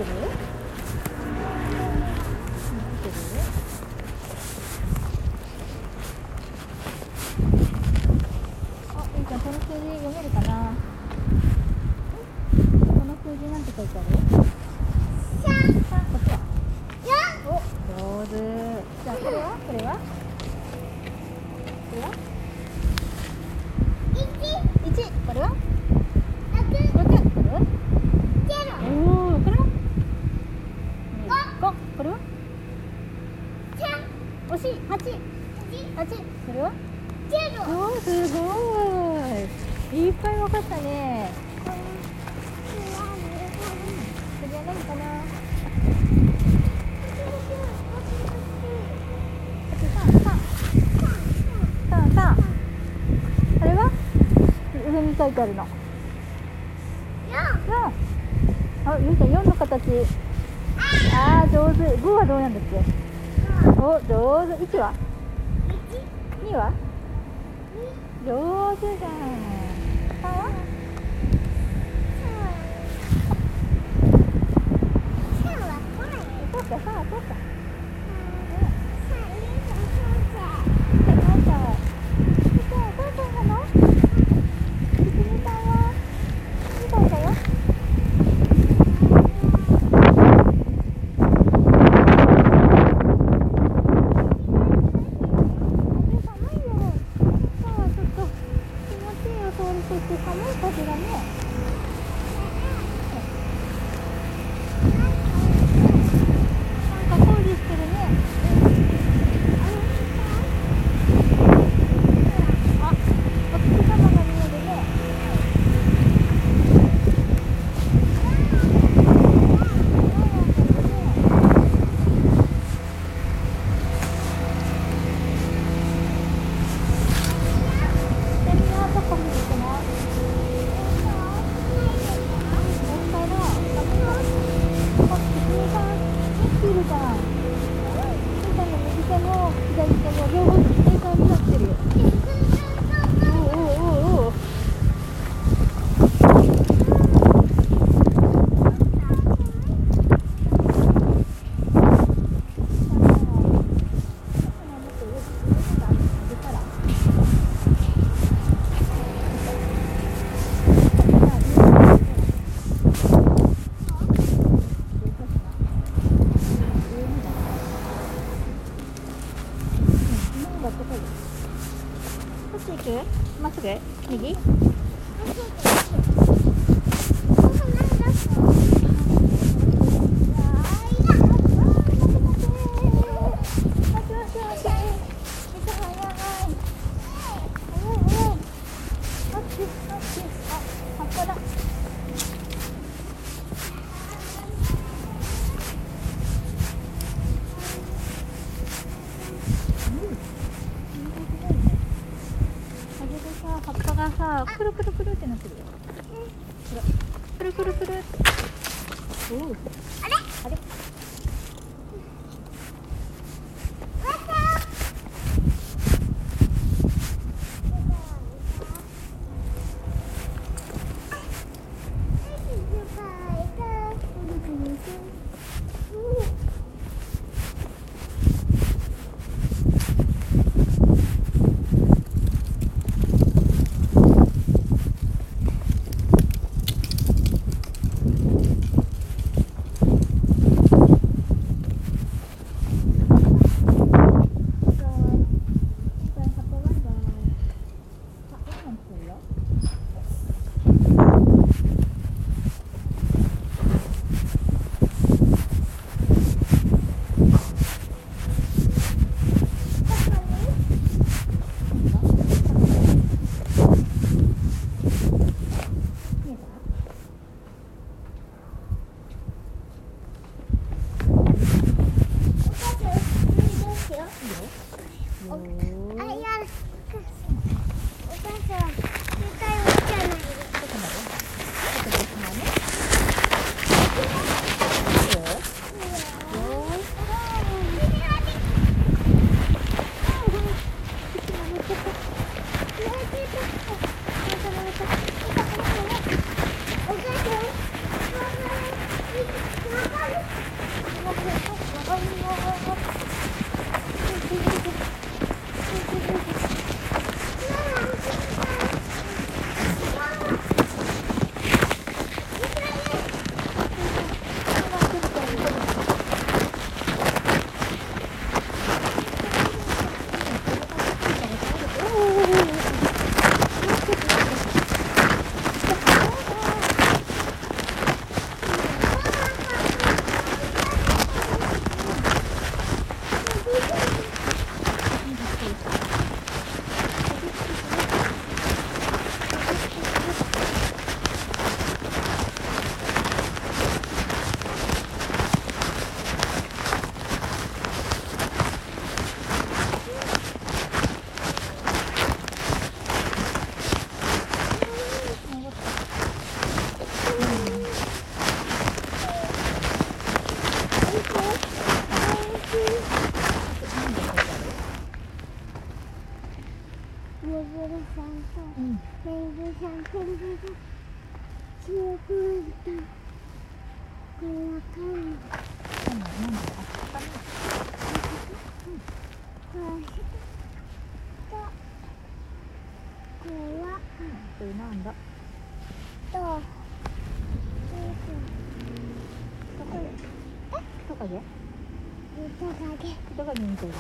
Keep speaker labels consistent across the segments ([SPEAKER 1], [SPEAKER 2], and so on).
[SPEAKER 1] いいじゃん、この数字読めるかな。この数字なんて書いてある？3、こっちは？お、上手。じゃあこれは？これは？これは？1。これは？6。これは？おお、これは？5。これは？惜しい。8。これは？おー、すごい。いっぱい分かったね。次は何かな。3。あれは？上に書いてあるの。4。あ、ゆうちゃん4の形。あー、上手。5はどうなんだっけ？お、上手。1は？2は？上手じゃん。3は？そうか、3はそうか。まっすぐ？右？葉っぱがさ、くるくるくるってなってるよ。くるくるくる。おお。あれ？あれ？お母さんなんだ。トカゲ？トカゲみたいだね。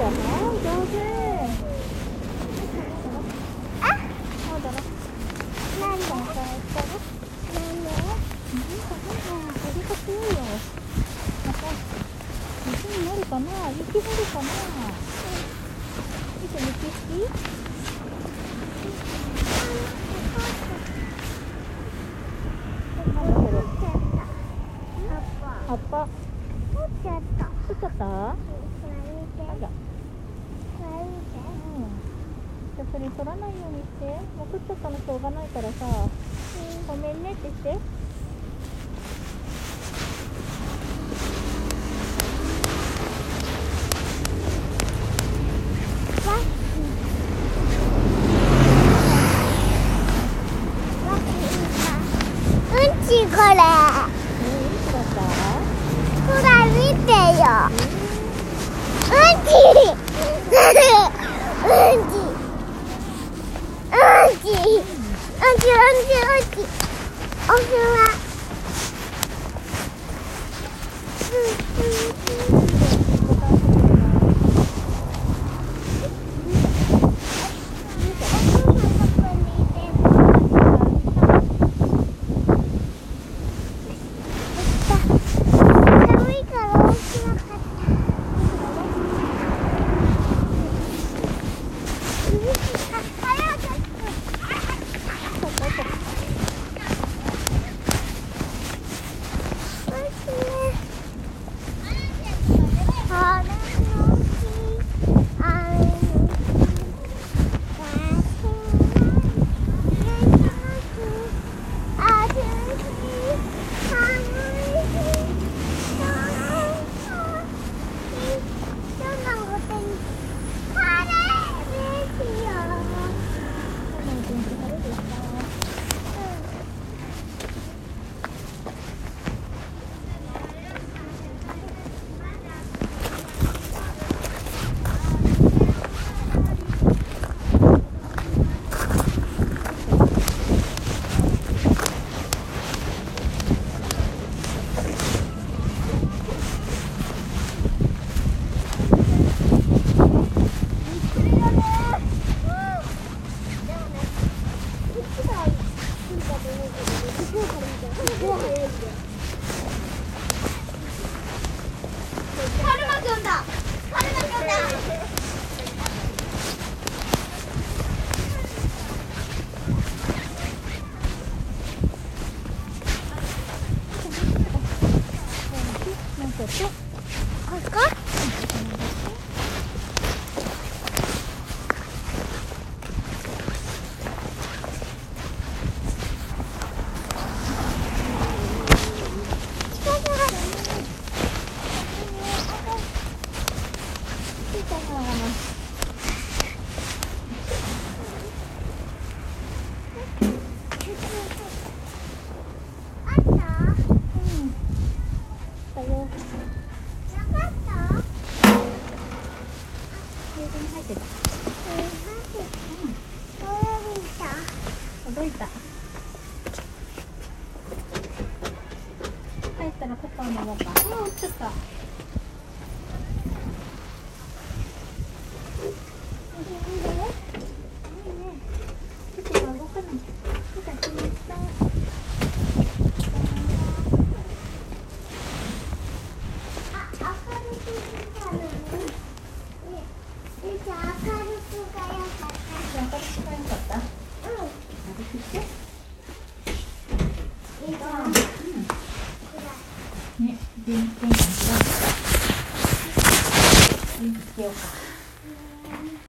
[SPEAKER 1] はい、上手。そうだろ。なんで？風が強いよ。雪になるかな？雪降るかな？見て、雪好き？葉っぱ。取っちゃった？あら。じゃあそれ取らないようにして。もう取っちゃったのしょうがないからさ。ごめんねってして。
[SPEAKER 2] これ。ほら見てよ。おふは。
[SPEAKER 1] 届いた。帰ったらココア飲もうか。落ちちゃった。ね、全然違う。つけようか。